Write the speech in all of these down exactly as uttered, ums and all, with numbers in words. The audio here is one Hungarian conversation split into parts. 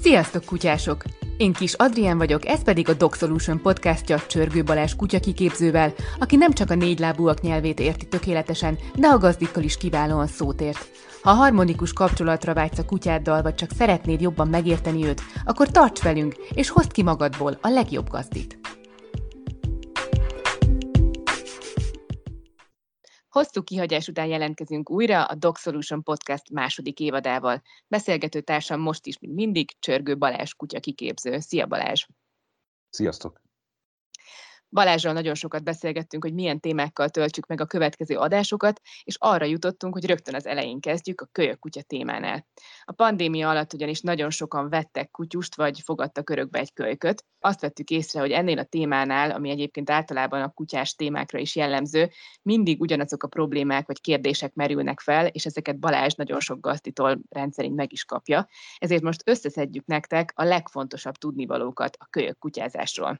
Sziasztok, kutyások! Én Kis Adrián vagyok, ez pedig a Dog Solution podcastja Csörgő Balázs kutyakiképzővel, aki nem csak a négylábúak nyelvét érti tökéletesen, de a gazdikkal is kiválóan szót ért. Ha harmonikus kapcsolatra vágysz a kutyáddal, vagy csak szeretnéd jobban megérteni őt, akkor tarts velünk, és hozd ki magadból a legjobb gazdit! Hosszú kihagyás után jelentkezünk újra a Dog Solution Podcast második évadával. Beszélgető társam most is, mint mindig, Csörgő Balázs kutyakiképző. Szia Balázs! Sziasztok! Balázsral nagyon sokat beszélgettünk, hogy milyen témákkal töltsük meg a következő adásokat, és arra jutottunk, hogy rögtön az elején kezdjük a kölyök kutya témánál. A pandémia alatt ugyanis nagyon sokan vettek kutyust, vagy fogadtak örökbe egy kölyköt. Azt vettük észre, hogy ennél a témánál, ami egyébként általában a kutyás témákra is jellemző, mindig ugyanazok a problémák vagy kérdések merülnek fel, és ezeket Balázs nagyon sok gazditól rendszerint meg is kapja. Ezért most összeszedjük nektek a legfontosabb tudnivalókat a kölyök kutyázásról.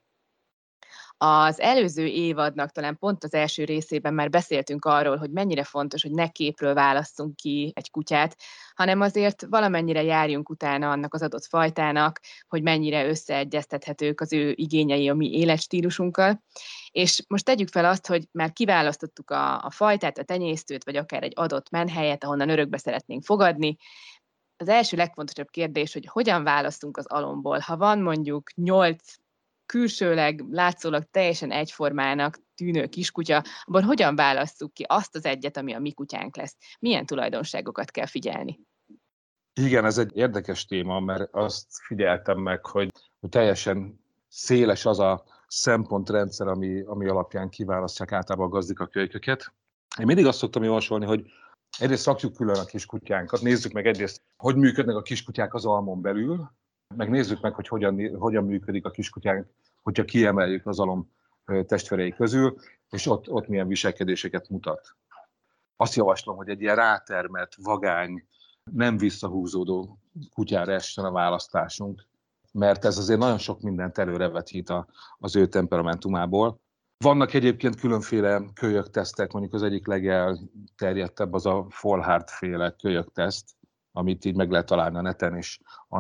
Az előző évadnak talán pont az első részében már beszéltünk arról, hogy mennyire fontos, hogy ne képről válasszunk ki egy kutyát, hanem azért valamennyire járjunk utána annak az adott fajtának, hogy mennyire összeegyeztethetők az ő igényei a mi életstílusunkkal. És most tegyük fel azt, hogy már kiválasztottuk a, a fajtát, a tenyésztőt, vagy akár egy adott menhelyet, ahonnan örökbe szeretnénk fogadni. Az első legfontosabb kérdés, hogy hogyan választunk az alomból. Ha van mondjuk nyolc külsőleg, látszólag teljesen egyformának tűnő kiskutya, abban hogyan válasszuk ki azt az egyet, ami a mi kutyánk lesz? Milyen tulajdonságokat kell figyelni? Igen, ez egy érdekes téma, mert azt figyeltem meg, hogy, hogy teljesen széles az a szempontrendszer, ami, ami alapján kiválasztják általában a gazdik a kölyköket. Én mindig azt szoktam javasolni, hogy egyrészt rakjuk külön a kiskutyánkat, nézzük meg egyrészt, hogy működnek a kiskutyák az almon belül, meg nézzük meg, hogy hogyan, hogyan működik a kiskutyánk, hogyha kiemeljük az alom testvérei közül, és ott, ott milyen viselkedéseket mutat. Azt javaslom, hogy egy ilyen rátermett, vagány, nem visszahúzódó kutyára essen a választásunk, mert ez azért nagyon sok mindent előrevetít a, az ő temperamentumából. Vannak egyébként különféle kölyöktesztek, mondjuk az egyik legelterjedtebb az a Folhard-féle kölyökteszt, amit így meg lehet találni a neten, és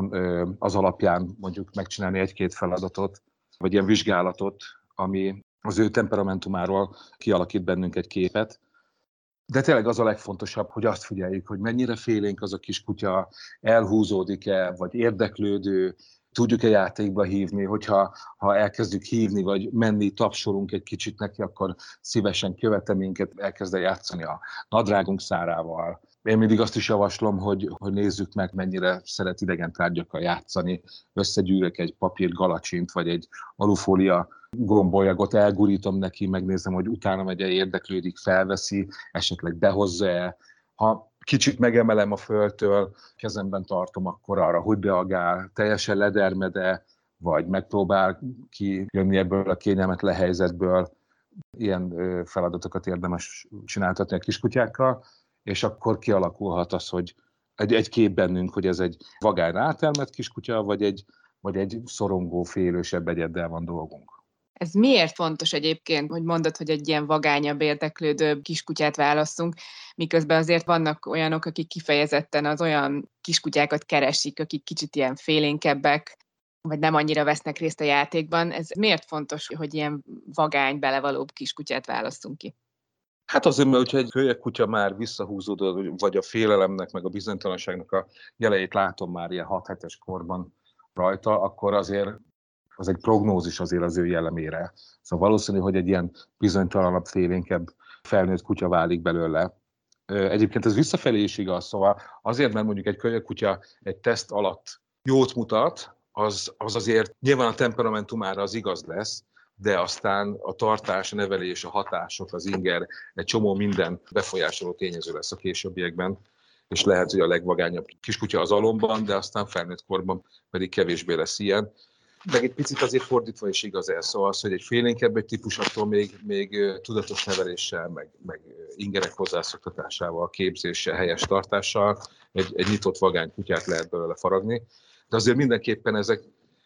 az alapján mondjuk megcsinálni egy-két feladatot, vagy ilyen vizsgálatot, ami az ő temperamentumáról kialakít bennünk egy képet. De tényleg az a legfontosabb, hogy azt figyeljük, hogy mennyire félénk az a kiskutya, elhúzódik-e, vagy érdeklődő, tudjuk-e játékba hívni, hogyha ha elkezdjük hívni, vagy menni, tapsolunk egy kicsit neki, akkor szívesen követe minket, elkezd játszani a nadrágunk szárával. Én mindig azt is javaslom, hogy, hogy nézzük meg, mennyire szeret idegen tárgyakkal játszani. Összegyűrök egy papír galacsint, vagy egy alufólia gombolyagot, elgurítom neki, megnézem, hogy utána megy-e, érdeklődik, felveszi, esetleg behozza-e. Ha kicsit megemelem a földtől, kezemben tartom, akkor arra, hogy reagál, teljesen ledermed-e, vagy megpróbál kijönni ebből a kényelmetlen helyzetből. Ilyen feladatokat érdemes csináltatni a kiskutyákkal, és akkor kialakulhat az, hogy egy, egy kép bennünk, hogy ez egy vagány rátermett kiskutya, vagy egy, vagy egy szorongó, félősebb egyeddel van dolgunk. Ez miért fontos egyébként, hogy mondod, hogy egy ilyen vagányabb, érdeklődőbb kiskutyát válasszunk, miközben azért vannak olyanok, akik kifejezetten az olyan kiskutyákat keresik, akik kicsit ilyen félénkebbek, vagy nem annyira vesznek részt a játékban. Ez miért fontos, hogy ilyen vagány, belevalóbb kiskutyát válasszunk ki? Hát azért, mert hogyha egy kölyökkutya már visszahúzódott, vagy a félelemnek, meg a bizonytalanságnak a jeleit látom már ilyen hat hetes korban rajta, akkor azért az egy prognózis azért az ő jellemére. Szóval valószínű, hogy egy ilyen bizonytalanabb, félénkebb felnőtt kutya válik belőle. Egyébként ez visszafelé is igaz, szóval azért, mert mondjuk egy kölyökkutya egy teszt alatt jót mutat, az, az azért nyilván a temperamentumára az igaz lesz, de aztán a tartás, a nevelés, a hatások, az inger, egy csomó minden befolyásoló tényező lesz a későbbiekben, és lehet, hogy a legvagányabb kiskutya az alomban, de aztán felnőtt korban pedig kevésbé lesz ilyen. Meg egy picit azért fordítva is igaz ez, szóval az, hogy egy félénkebb egy típus attól még, még tudatos neveléssel, meg, meg ingerek hozzászoktatásával, képzéssel, helyes tartással egy, egy nyitott vagány kutyát lehet belőle faragni. De azért mindenképpen ezek,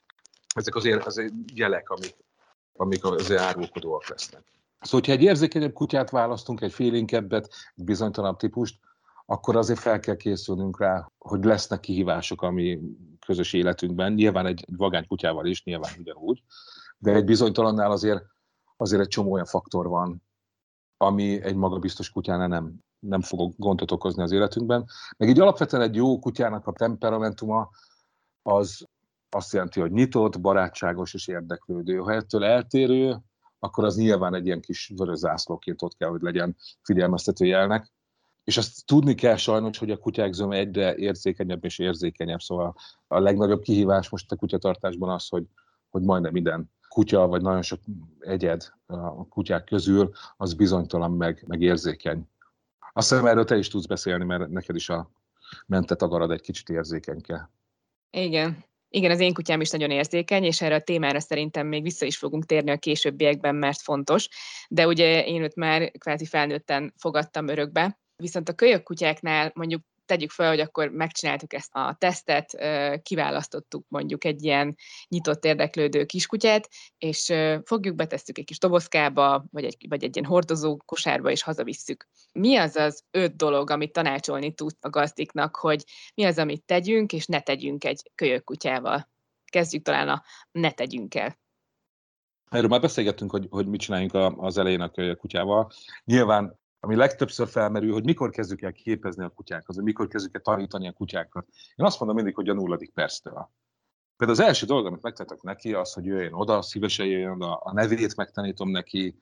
ezek azért, azért jelek, amik, amik azért árulkodóak lesznek. Szóval, hogyha egy érzékenyebb kutyát választunk, egy félénkebbet, egy bizonytalanabb típust, akkor azért fel kell készülnünk rá, hogy lesznek kihívások, ami közös életünkben, nyilván egy, egy vagány kutyával is, nyilván ugyanúgy, de egy bizonytalannál azért, azért egy csomó olyan faktor van, ami egy magabiztos kutyánál nem, nem fog gondot okozni az életünkben. Meg így alapvetően egy jó kutyának a temperamentuma az azt jelenti, hogy nyitott, barátságos és érdeklődő. Ha ettől eltérő, akkor az nyilván egy ilyen kis vörös zászlóként ott kell, hogy legyen figyelmeztető jelnek. És azt tudni kell sajnos, hogy a kutyák zöme egyre érzékenyebb és érzékenyebb. Szóval a legnagyobb kihívás most a kutyatartásban az, hogy, hogy majdnem minden kutya, vagy nagyon sok egyed a kutyák közül, az bizonytalan meg, meg érzékeny. Azt hiszem, erről te is tudsz beszélni, mert neked is a mentet agarad egy kicsit érzékenyke. Igen. Igen, az én kutyám is nagyon érzékeny, és erre a témára szerintem még vissza is fogunk térni a későbbiekben, mert fontos. De ugye én őt már kvázi felnőtten fogadtam örökbe. Viszont a kölyök kutyáknál mondjuk tegyük fel, hogy akkor megcsináltuk ezt a tesztet, kiválasztottuk mondjuk egy ilyen nyitott érdeklődő kiskutyát, és fogjuk, betesszük egy kis dobozkába, vagy egy, vagy egy ilyen hordozó kosárba, és hazavisszük. Mi az az öt dolog, amit tanácsolni tud a gazdiknak, hogy mi az, amit tegyünk, és ne tegyünk egy kölyök kutyával? Kezdjük talán a ne tegyünk el. Erről már beszélgettünk, hogy, hogy mit csináljunk az elején a kölyök kutyával. Nyilván ami legtöbbször felmerül, hogy mikor kezdjük el képezni a kutyákat, vagy mikor kezdjük el tanítani a kutyákat. Én azt mondom mindig, hogy a nulladik perctől. Például az első dolog, amit megtettek neki, az, hogy jöjjön oda, szívesen jöjjön oda, a nevét megtanítom neki,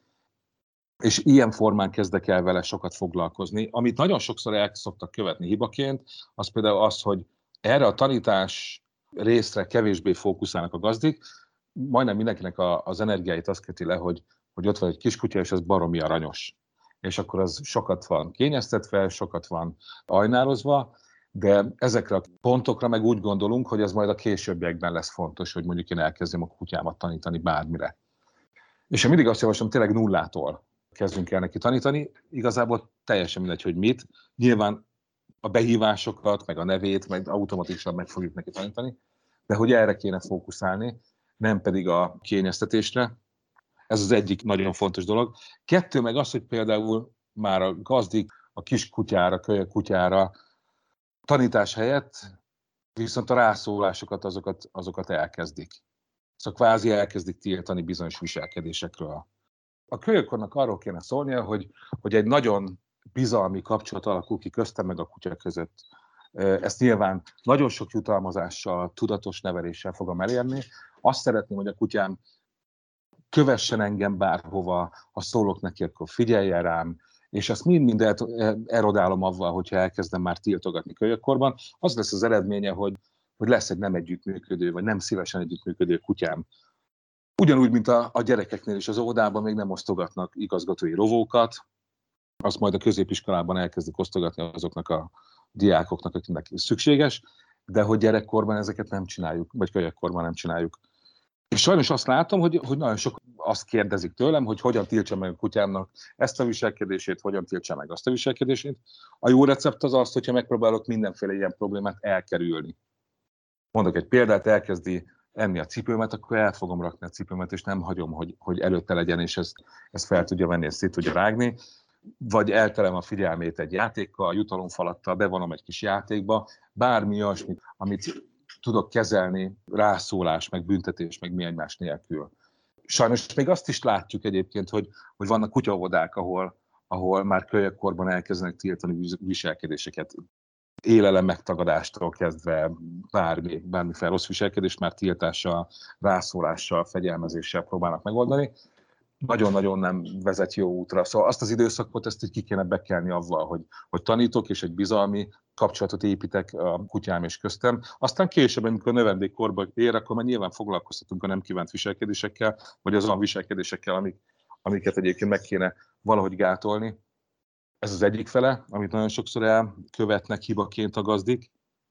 és ilyen formán kezdek el vele sokat foglalkozni. Amit nagyon sokszor el szoktak követni hibaként, az például az, hogy erre a tanítás részre kevésbé fókuszálnak a gazdik. Majdnem mindenkinek a, az energiáit azt köti le, hogy, hogy ott van egy kiskutya, és ez baromi aranyos. És akkor az sokat van kényeztetve, sokat van ajnározva, de ezekre a pontokra meg úgy gondolunk, hogy ez majd a későbbiekben lesz fontos, hogy mondjuk én elkezdjem a kutyámat tanítani bármire. És én mindig azt javaslom, tényleg nullától kezdünk el neki tanítani, igazából teljesen mindegy, hogy mit. Nyilván a behívásokat, meg a nevét, meg automatikusan meg fogjuk neki tanítani, de hogy erre kéne fókuszálni, nem pedig a kényeztetésre. Ez az egyik nagyon fontos dolog. Kettő meg az, hogy például már a gazdik a kis kutyára, kölyök kutyára tanítás helyett viszont a rászólásokat azokat, azokat elkezdik. Szóval kvázi elkezdik tiltani bizonyos viselkedésekről. A kölyökkornak arról kéne szólnia, hogy, hogy egy nagyon bizalmi kapcsolat alakul ki köztem meg a kutya között. Ezt nyilván nagyon sok jutalmazással, tudatos neveléssel fogom elérni. Azt szeretném, hogy a kutyám kövessen engem bárhova, ha szólok neki, akkor figyeljen rám, és ezt mind-mind erodálom avval, hogyha elkezdem már tiltogatni kölyökkorban. Az lesz az eredménye, hogy, hogy lesz egy nem együttműködő, vagy nem szívesen együttműködő kutyám. Ugyanúgy, mint a, a gyerekeknél is az óvodában még nem osztogatnak igazgatói rovókat, azt majd a középiskolában elkezdik osztogatni azoknak a diákoknak, akiknek szükséges, de hogy gyerekkorban ezeket nem csináljuk, vagy kölyökkorban nem csináljuk. És sajnos azt látom, hogy, hogy nagyon sok azt kérdezik tőlem, hogy hogyan tiltsa meg a kutyámnak ezt a viselkedését, hogyan tiltsa meg azt a viselkedését. A jó recept az az, hogyha megpróbálok mindenféle ilyen problémát elkerülni. Mondok egy példát, elkezdi enni a cipőmet, akkor el fogom rakni a cipőmet, és nem hagyom, hogy, hogy előtte legyen, és ezt, ezt fel tudja venni, és szét tudja rágni. Vagy elterem a figyelmét egy játékkal, a jutalomfalattal, bevonom egy kis játékba, bármi olyasmit, amit tudok kezelni, rászólás, meg büntetés, meg mi egymás nélkül. Sajnos még azt is látjuk egyébként, hogy, hogy vannak kutyaóvodák, ahol, ahol már kölyökkorban elkezdenek tiltani viselkedéseket. Élelem megtagadástól kezdve bármi, bármiféle rossz viselkedést már tiltással, rászólással, fegyelmezéssel próbálnak megoldani. Nagyon-nagyon nem vezet jó útra. Szóval azt az időszakot, ezt így ki kéne bekelni avval, hogy, hogy tanítok, és egy bizalmi kapcsolatot építek a kutyám és köztem. Aztán később, amikor a növendékkorba ér, akkor már nyilván foglalkoztatunk a nem kívánt viselkedésekkel, vagy az olyan viselkedésekkel, amik, amiket egyébként meg kéne valahogy gátolni. Ez az egyik fele, amit nagyon sokszor elkövetnek hibaként a gazdik.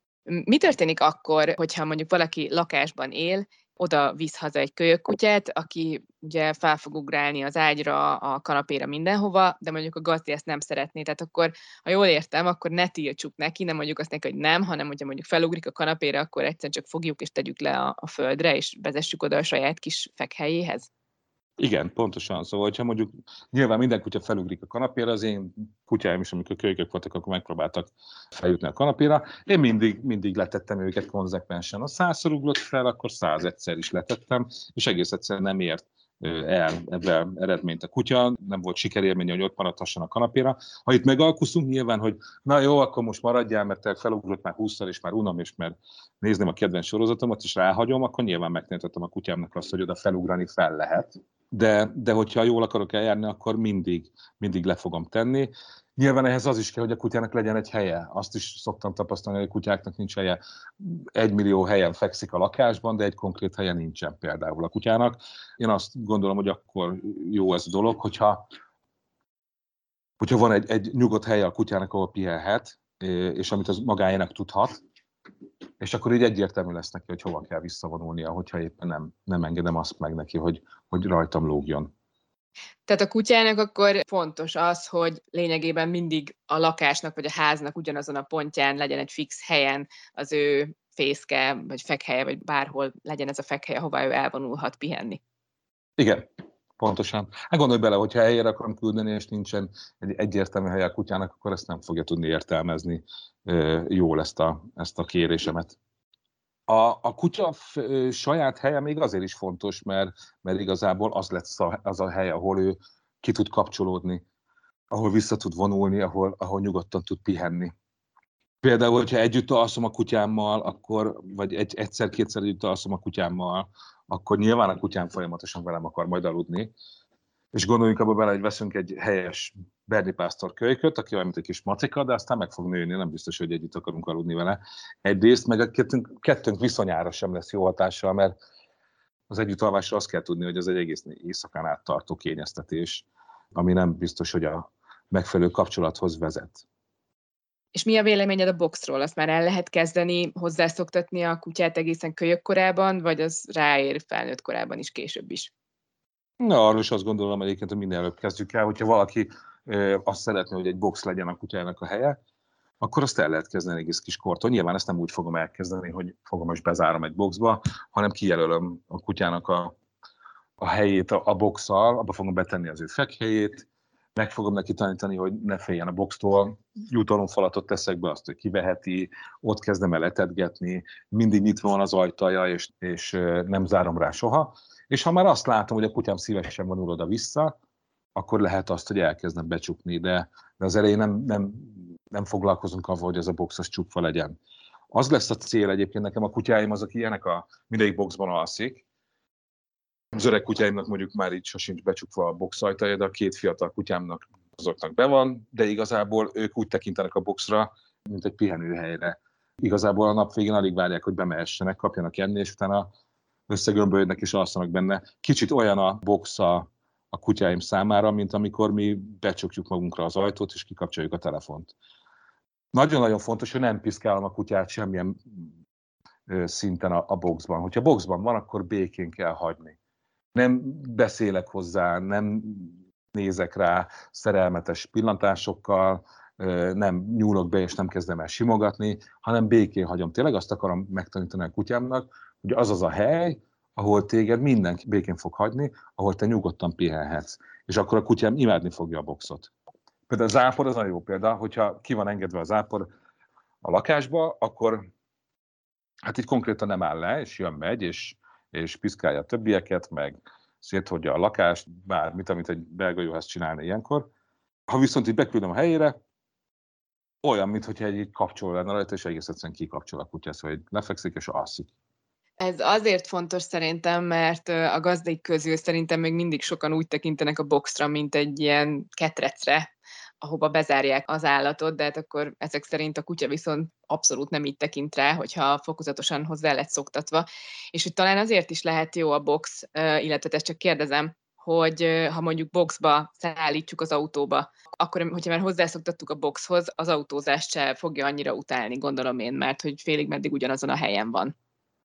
Mi történik akkor, hogyha mondjuk valaki lakásban él, oda visz haza egy kölyökkutyát, aki ugye fel fog ugrálni az ágyra, a kanapéra, mindenhova, de mondjuk a gazdi ezt nem szeretné. Tehát akkor, ha jól értem, akkor ne tiltsuk neki, nem mondjuk azt neki, hogy nem, hanem hogyha mondjuk felugrik a kanapéra, akkor egyszerűen csak fogjuk és tegyük le a, a földre, és vezessük oda a saját kis fekhelyéhez. Igen, pontosan. Szóval, hogyha mondjuk nyilván minden kutya felugrik a kanapéra, az én kutyáim is, amikor kölykök voltak, akkor megpróbáltak feljutni a kanapéra. Én mindig, mindig letettem őket konzekvensen. A százszor ugrott fel, akkor százegyszer is letettem, és egész egyszerűen nem ért el ebben eredményt a kutya, nem volt sikerélmény, hogy ott maradhasson a kanapéra. Ha itt megalkuszunk, nyilván, hogy na jó, akkor most maradjál, mert te felugrott már húszszor, és már unom, és mert nézném a kedvenc sorozatomat, és ráhagyom, akkor nyilván megtanítettem a kutyámnak azt, hogy oda felugrani fel lehet. De, de hogyha jól akarok eljárni, akkor mindig, mindig le fogom tenni. Nyilván ehhez az is kell, hogy a kutyának legyen egy helye. Azt is szoktam tapasztalni, hogy a kutyáknak nincs helye. Egy millió helyen fekszik a lakásban, de egy konkrét helye nincsen például a kutyának. Én azt gondolom, hogy akkor jó ez a dolog, hogyha, hogyha van egy, egy nyugodt helye a kutyának, ahol pihenhet, és amit az magáénak tudhat, és akkor így egyértelmű lesz neki, hogy hova kell visszavonulnia, hogyha éppen nem, nem engedem azt meg neki, hogy, hogy rajtam lógjon. Tehát a kutyának akkor fontos az, hogy lényegében mindig a lakásnak vagy a háznak ugyanazon a pontján legyen egy fix helyen az ő fészke, vagy fekhelye, vagy bárhol legyen ez a fekhelye, ahová ő elvonulhat pihenni. Igen, pontosan. Hát gondolj bele, hogyha helyére akarom küldeni, és nincsen egy egyértelmű helye a kutyának, akkor ezt nem fogja tudni értelmezni jól ezt a, ezt a kérésemet. A, a kutya f, saját helye még azért is fontos, mert, mert igazából az lesz a, az a hely, ahol ő ki tud kapcsolódni, ahol vissza tud vonulni, ahol, ahol nyugodtan tud pihenni. Például, hogyha együtt alszom a kutyámmal, akkor, vagy egy, egyszer-kétszer együtt alszom a kutyámmal, akkor nyilván a kutyám folyamatosan velem akar majd aludni. És gondoljunk abba bele, hogy veszünk egy helyes berni pásztor kölyköt, aki olyan, mint egy kis macika, de aztán meg fog nőni, nem biztos, hogy együtt akarunk aludni vele. Egyrészt, meg a kettőnk, kettőnk viszonyára sem lesz jó hatással, mert az együttalvásra azt kell tudni, hogy ez egy egész éjszakán át tartó kényeztetés, ami nem biztos, hogy a megfelelő kapcsolathoz vezet. És mi a véleményed a boxról? Azt már el lehet kezdeni hozzászoktatni a kutyát egészen kölyök korában, vagy az ráér felnőtt korában is, később is? Na, arról is azt gondolom egyébként, hogy minél előbb kezdjük el, hogyha valaki ö, azt szeretné, hogy egy box legyen a kutyának a helye, akkor azt el lehet kezdeni egész kis kortól. Nyilván ezt nem úgy fogom elkezdeni, hogy fogom és bezárom egy boxba, hanem kijelölöm a kutyának a, a helyét a, a boxal, abba fogom betenni az ő fekhelyét, meg fogom neki tanítani, hogy ne féljen a boxtól, jutalomfalatot teszek be, azt, hogy kiveheti, ott kezdem el etetgetni, mindig nyitva van az ajtaja, és, és nem zárom rá soha. És ha már azt látom, hogy a kutyám szívesen vonul oda-vissza, akkor lehet azt, hogy elkezdem becsukni, de, de az elején nem, nem, nem foglalkozunk avval, hogy ez a box az csukva legyen. Az lesz a cél egyébként, nekem a kutyáim azok ilyenek, a mindegyik boxban alszik. Az öreg kutyáimnak mondjuk már így sosincs becsukva a box ajtaja, de a két fiatal kutyámnak azoknak be van, de igazából ők úgy tekintenek a boxra, mint egy pihenőhelyre. Igazából a nap végén alig várják, hogy bemehessenek, kapjanak enni, és utána összegömbölyödnek és alszanak benne. Kicsit olyan a box a, a kutyáim számára, mint amikor mi becsukjuk magunkra az ajtót, és kikapcsoljuk a telefont. Nagyon-nagyon fontos, hogy nem piszkálom a kutyát semmilyen szinten a, a boxban. Hogyha boxban van, akkor békén kell hagyni. Nem beszélek hozzá, nem nézek rá szerelmetes pillantásokkal, nem nyúlok be és nem kezdem el simogatni, hanem békén hagyom. Tényleg azt akarom megtanítani a kutyámnak, hogy az az a hely, ahol téged mindenki békén fog hagyni, ahol te nyugodtan pihenhetsz. És akkor a kutyám imádni fogja a boxot. Például a zápor az nagyon jó példa, hogyha ki van engedve a zápor a lakásba, akkor hát itt konkrétan nem áll le, és jön, megy, és, és piszkálja a többieket, meg széthordja a lakást, bármit, amit egy belga juhász csinálna ilyenkor. Ha viszont így beküldöm a helyére, olyan, mintha egy kapcsol lenne rajta, és egész egyszerűen kikapcsol a kutya, szóval lefekszik és alszik. Ez azért fontos szerintem, mert a gazdik közül szerintem még mindig sokan úgy tekintenek a boxra, mint egy ilyen ketrecre, ahova bezárják az állatot, de hát akkor ezek szerint a kutya viszont abszolút nem így tekint rá, hogyha fokozatosan hozzá lett szoktatva. És hogy talán azért is lehet jó a box, illetve ezt csak kérdezem, hogy ha mondjuk boxba szállítjuk az autóba, akkor, hogyha már hozzászoktattuk a boxhoz, az autózást se fogja annyira utálni, gondolom én, mert hogy félig meddig ugyanazon a helyen van.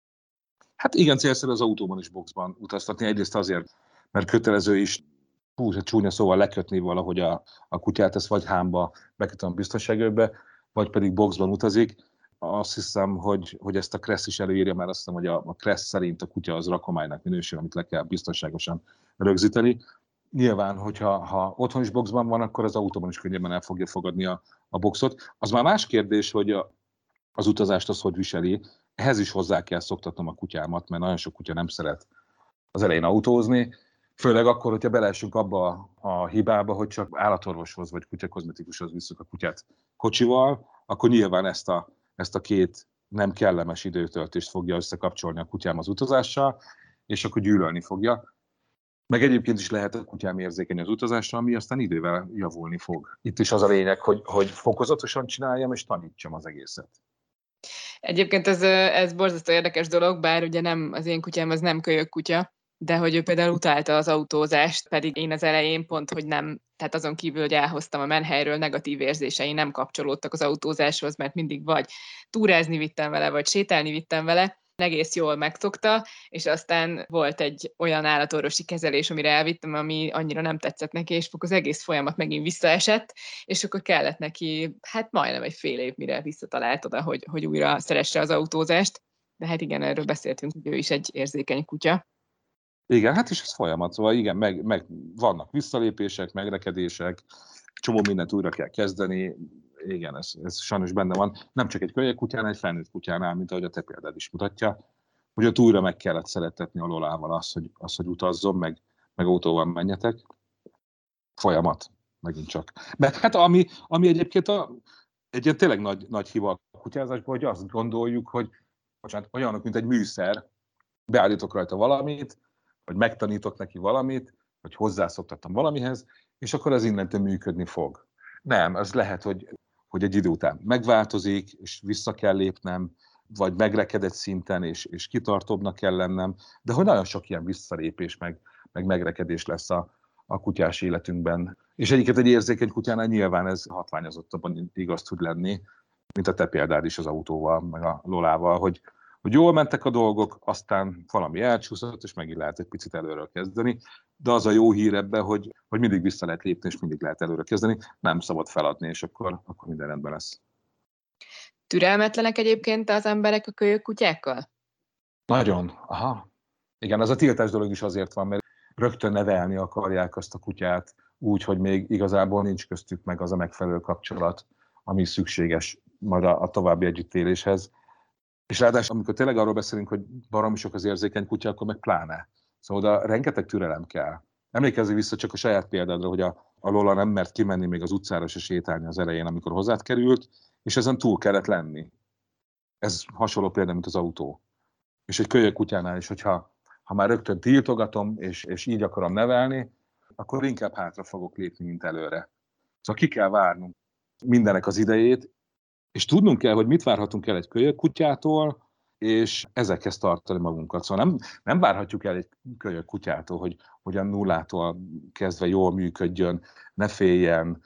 Hát igen, célszerű az autóban is boxban utaztatni. Egyrészt azért, mert kötelező is, hú, csúnya szóval lekötni valahogy a, a kutyát, ezt vagy hámba bekötöm a biztonságőrbe, vagy pedig boxban utazik. azt hiszem, hogy, hogy ezt a Kressz is előírja, mert azt hiszem, hogy a, a Kressz szerint a kutya az rakománynak minősül, amit le kell biztonságosan rögzíteni. Nyilván, hogyha ha otthon is boxban van, akkor az autóban is könnyebben el fogja fogadni a, a boxot. Az már más kérdés, hogy a, az utazást az hogy viseli. Ehhez is hozzá kell szoktatnom a kutyámat, mert nagyon sok kutya nem szeret az elején autózni. Főleg akkor, hogyha beleesünk abba a hibába, hogy csak állatorvoshoz vagy kutyakozmetikushoz visszük a kutyát kocsival, akkor nyilván ezt a, ezt a két nem kellemes időtöltést fogja összekapcsolni a kutyám az utazással, és akkor gyűlölni fogja. Meg egyébként is lehet a kutyám érzékeny az utazásra, ami aztán idővel javulni fog. Itt is az a lényeg, hogy, hogy fokozatosan csináljam, és tanítsam az egészet. Egyébként ez, ez borzasztó érdekes dolog, bár ugye nem, az én kutyám az nem kölyök kutya, de hogy ő például utálta az autózást, pedig én az elején pont, hogy nem, tehát azon kívül, hogy elhoztam a menhelyről, negatív érzései nem kapcsolódtak az autózáshoz, mert mindig vagy túrázni vittem vele, vagy sétálni vittem vele, egész jól megszokta, és aztán volt egy olyan állatorvosi kezelés, amire elvittem, ami annyira nem tetszett neki, és akkor az egész folyamat megint visszaesett, és akkor kellett neki, hát majdnem egy fél év, mire visszatalált oda, hogy, hogy újra szeresse az autózást, de hát igen, erről beszéltünk, hogy ő is egy érzékeny kutya. Igen, hát is ez folyamat, szóval igen, meg, meg vannak visszalépések, megrekedések, csomó mindent újra kell kezdeni, igen, ez, ez sajnos benne van. Nem csak egy kölyök kutyánál, egy felnőtt kutyánál, mint ahogy a te példád is mutatja, hogy ott újra meg kellett szerettetni a Lolával azt, hogy, azt, hogy utazzon, meg, meg autóval menjetek. Folyamat, megint csak. Mert hát ami, ami egyébként a, egy ilyen tényleg nagy, nagy hiba a kutyázásban, hogy azt gondoljuk, hogy bocsánat, olyanok, mint egy műszer, beállítok rajta valamit, vagy megtanítok neki valamit, vagy hozzászoktattam valamihez, és akkor az innentől működni fog. Nem, az lehet, hogy, hogy egy idő után megváltozik, és vissza kell lépnem, vagy megrekedett szinten, és, és kitartóbbnak kell lennem, de hogy nagyon sok ilyen visszalépés, meg, meg megrekedés lesz a, a kutyás életünkben. És egyiket egy érzékeny kutyánál nyilván ez hatványozottabban igaz tud lenni, mint a te példád is az autóval, meg a Lolával, hogy hogy jól mentek a dolgok, aztán valami elcsúszott, és megint lehet egy picit előről kezdeni. De az a jó hír ebben, hogy, hogy mindig vissza lehet lépni, és mindig lehet előre kezdeni. Nem szabad feladni, és akkor, akkor minden rendben lesz. Türelmetlenek egyébként az emberek a kölyök kutyákkal? Nagyon. Aha. Igen, az a tiltás dolog is azért van, mert rögtön nevelni akarják azt a kutyát úgy, hogy még igazából nincs köztük meg az a megfelelő kapcsolat, ami szükséges majd a, a további együttéléshez. És ráadásul, amikor tényleg arról beszélünk, hogy baromi sok az érzékeny kutya, akkor meg pláne. Szóval oda rengeteg türelem kell. Emlékezzél vissza csak a saját példádra, hogy a, a Lola nem mert kimenni még az utcára se sétálni az elején, amikor hozzád került, és ezen túl kellett lenni. Ez hasonló példa, mint az autó. És egy kölyök kutyánál is, hogyha ha már rögtön tiltogatom, és, és így akarom nevelni, akkor inkább hátra fogok lépni, mint előre. Szóval ki kell várnunk mindenek az idejét, és tudnunk kell, hogy mit várhatunk el egy kölyök kutyától, és ezekhez tartani magunkat. Szóval nem, nem várhatjuk el egy kölyök kutyától, hogy, hogy a nullától kezdve jól működjön, ne féljen,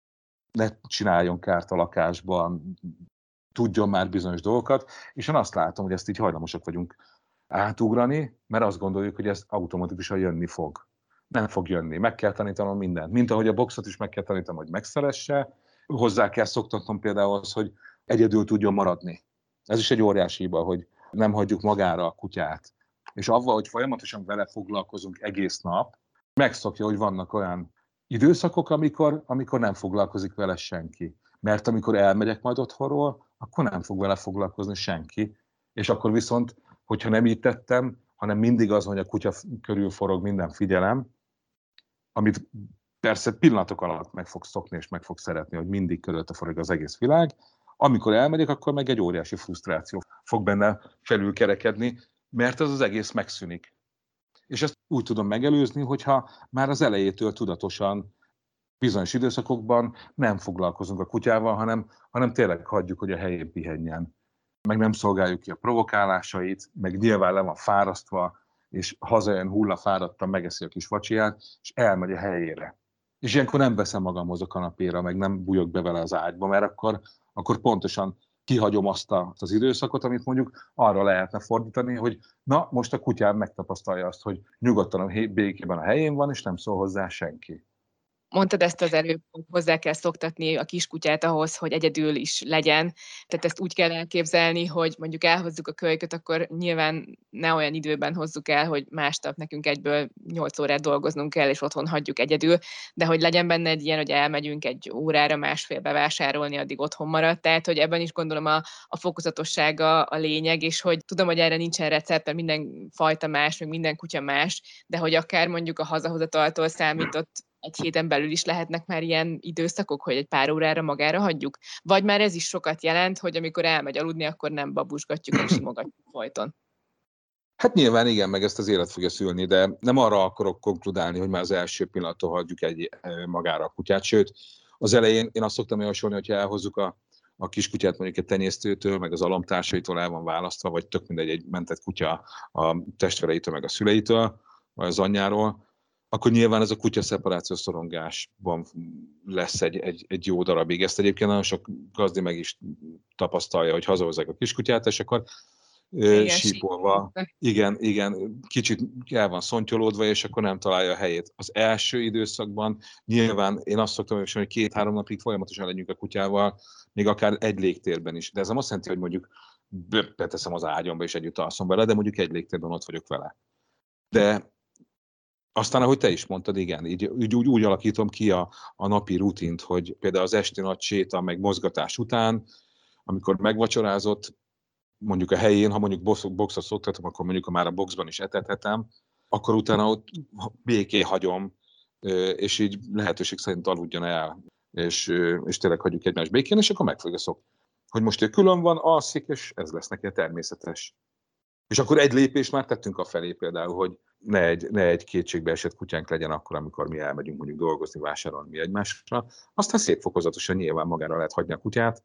ne csináljon kárt a lakásban, tudjon már bizonyos dolgokat, és én azt látom, hogy ezt így hajlamosak vagyunk átugrani, mert azt gondoljuk, hogy ez automatikusan jönni fog. Nem fog jönni, meg kell tanítanom mindent. Mint ahogy a boxot is meg kell tanítanom, hogy megszeresse, hozzá kell szoktatnom például az, hogy egyedül tudjon maradni. Ez is egy óriási hiba, hogy nem hagyjuk magára a kutyát. És avval, hogy folyamatosan vele foglalkozunk egész nap, megszokja, hogy vannak olyan időszakok, amikor, amikor nem foglalkozik vele senki. Mert amikor elmegyek majd otthonról, akkor nem fog vele foglalkozni senki. És akkor viszont, hogyha nem így tettem, hanem mindig az, hogy a kutya körül forog minden figyelem, amit persze pillanatok alatt meg fog szokni, és meg fog szeretni, hogy mindig körülte forog az egész világ. Amikor elmegyek, akkor meg egy óriási frusztráció fog benne felülkerekedni, mert az az egész megszűnik. És ezt úgy tudom megelőzni, hogyha már az elejétől tudatosan bizonyos időszakokban nem foglalkozunk a kutyával, hanem, hanem tényleg hagyjuk, hogy a helyén pihenjen. Meg nem szolgáljuk ki a provokálásait, meg nyilván le van fárasztva, és hazajön hullafáradtan, megeszi a kis vacsiját, és elmegy a helyére. És ilyenkor nem veszem magamhoz a kanapéra, meg nem bújok be vele az ágyba, mert akkor, akkor pontosan kihagyom azt a, az időszakot, amit mondjuk arra lehetne fordítani, hogy na, most a kutyám megtapasztalja azt, hogy nyugodtan a békében a helyén van, és nem szól hozzá senki. Mondtad ezt az előbb, hogy hozzá kell szoktatni a kiskutyát ahhoz, hogy egyedül is legyen. Tehát ezt úgy kell elképzelni, hogy mondjuk elhozzuk a kölyköt, akkor nyilván ne olyan időben hozzuk el, hogy másnap nekünk egyből nyolc órát dolgoznunk kell, és otthon hagyjuk egyedül, de hogy legyen benne egy ilyen, hogy elmegyünk egy órára, másfél bevásárolni, addig otthon marad. Tehát, hogy ebben is gondolom a, a fokozatossága a lényeg, és hogy tudom, hogy erre nincsen recept, mert minden fajta más, meg minden kutya más, de hogy akár mondjuk a hazahozataltól számított egy héten belül is lehetnek már ilyen időszakok, hogy egy pár órára magára hagyjuk? Vagy már ez is sokat jelent, hogy amikor elmegy aludni, akkor nem babusgatjuk, meg simogatjuk folyton? Hát nyilván igen, meg ezt az élet fogja szülni, de nem arra akarok konkludálni, hogy már az első pillanattól hagyjuk egy magára a kutyát, sőt, az elején én azt szoktam javasolni, hogyha elhozzuk a, a kiskutyát mondjuk egy tenyésztőtől, meg az alomtársaitól el van választva, vagy tök mindegy egy mentett kutya a testvéreitől, meg a szüleitől, vagy az anyjáról, akkor nyilván ez a kutya szeparációs szorongásban lesz egy, egy, egy jó darabig. Ezt egyébként nagyon sok gazdi meg is tapasztalja, hogy hazahozzák a kiskutyát, és akkor igen, sípolva, igen, igen, kicsit el van szontyolódva, és akkor nem találja a helyét. Az első időszakban nyilván én azt szoktam javasolni, hogy két-három napig folyamatosan legyünk a kutyával, még akár egy légtérben is. De ez nem azt jelenti, hogy mondjuk beteszem az ágyamba, és együtt alszom vele, de mondjuk egy légtérben ott vagyok vele. De aztán, ahogy te is mondtad, igen, így, így úgy, úgy alakítom ki a, a napi rutint, hogy például az esti nagy séta, meg mozgatás után, amikor megvacsorázott, mondjuk a helyén, ha mondjuk boxot szoktatom, akkor mondjuk már a boxban is etethetem, akkor utána ott béké hagyom, és így lehetőség szerint aludjon el, és, és tényleg hagyjuk egymást békén, és akkor meg fogja szokni. Hogy most ő külön van, alszik, és ez lesz neki a természetes. És akkor egy lépést már tettünk a felé például, hogy ne egy, ne egy kétségbe esett kutyánk legyen akkor, amikor mi elmegyünk mondjuk dolgozni, vásárolni mi egymásra. Aztán szép fokozatosan nyilván magára lehet hagyni a kutyát.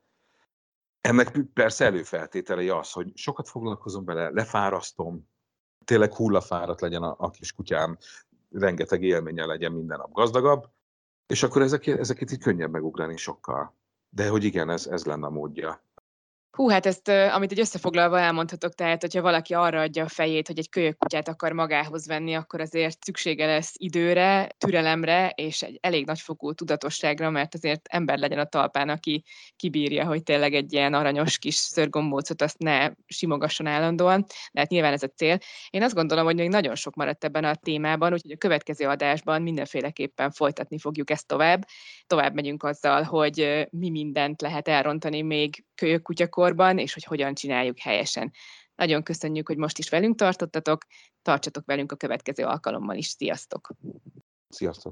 Ennek persze előfeltételei az, hogy sokat foglalkozom vele, lefárasztom, tényleg hullafáradt legyen a, a kis kutyám, rengeteg élménye legyen, minden nap gazdagabb, és akkor ezeket, ezeket így könnyebb megugrani sokkal. De hogy igen, ez, ez lenne a módja. Hú, hát ezt, amit egy összefoglalva elmondhatok, tehát, hogyha valaki arra adja a fejét, hogy egy kölyökkutyát akar magához venni, akkor azért szüksége lesz időre, türelemre, és egy elég nagyfokú tudatosságra, mert azért ember legyen a talpán, aki kibírja, hogy tényleg egy ilyen aranyos kis szőrgombócot azt ne simogasson állandóan, de hát nyilván ez a cél. Én azt gondolom, hogy még nagyon sok maradt ebben a témában, úgyhogy a következő adásban mindenféleképpen folytatni fogjuk ezt tovább. Tovább megyünk azzal, hogy mi mindent lehet elrontani még kölyökkutyakorban, és hogy hogyan csináljuk helyesen. Nagyon köszönjük, hogy most is velünk tartottatok, tartsatok velünk a következő alkalommal is. Sziasztok! Sziasztok!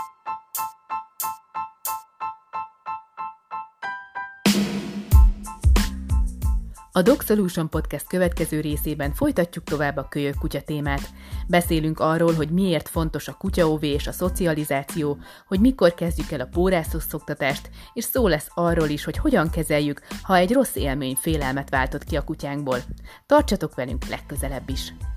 A Dog Solution Podcast következő részében folytatjuk tovább a kölyökkutya témát. Beszélünk arról, hogy miért fontos a kutyaóvé és a szocializáció, hogy mikor kezdjük el a pórászos szoktatást, és szó lesz arról is, hogy hogyan kezeljük, ha egy rossz élmény félelmet váltott ki a kutyánkból. Tartsatok velünk legközelebb is!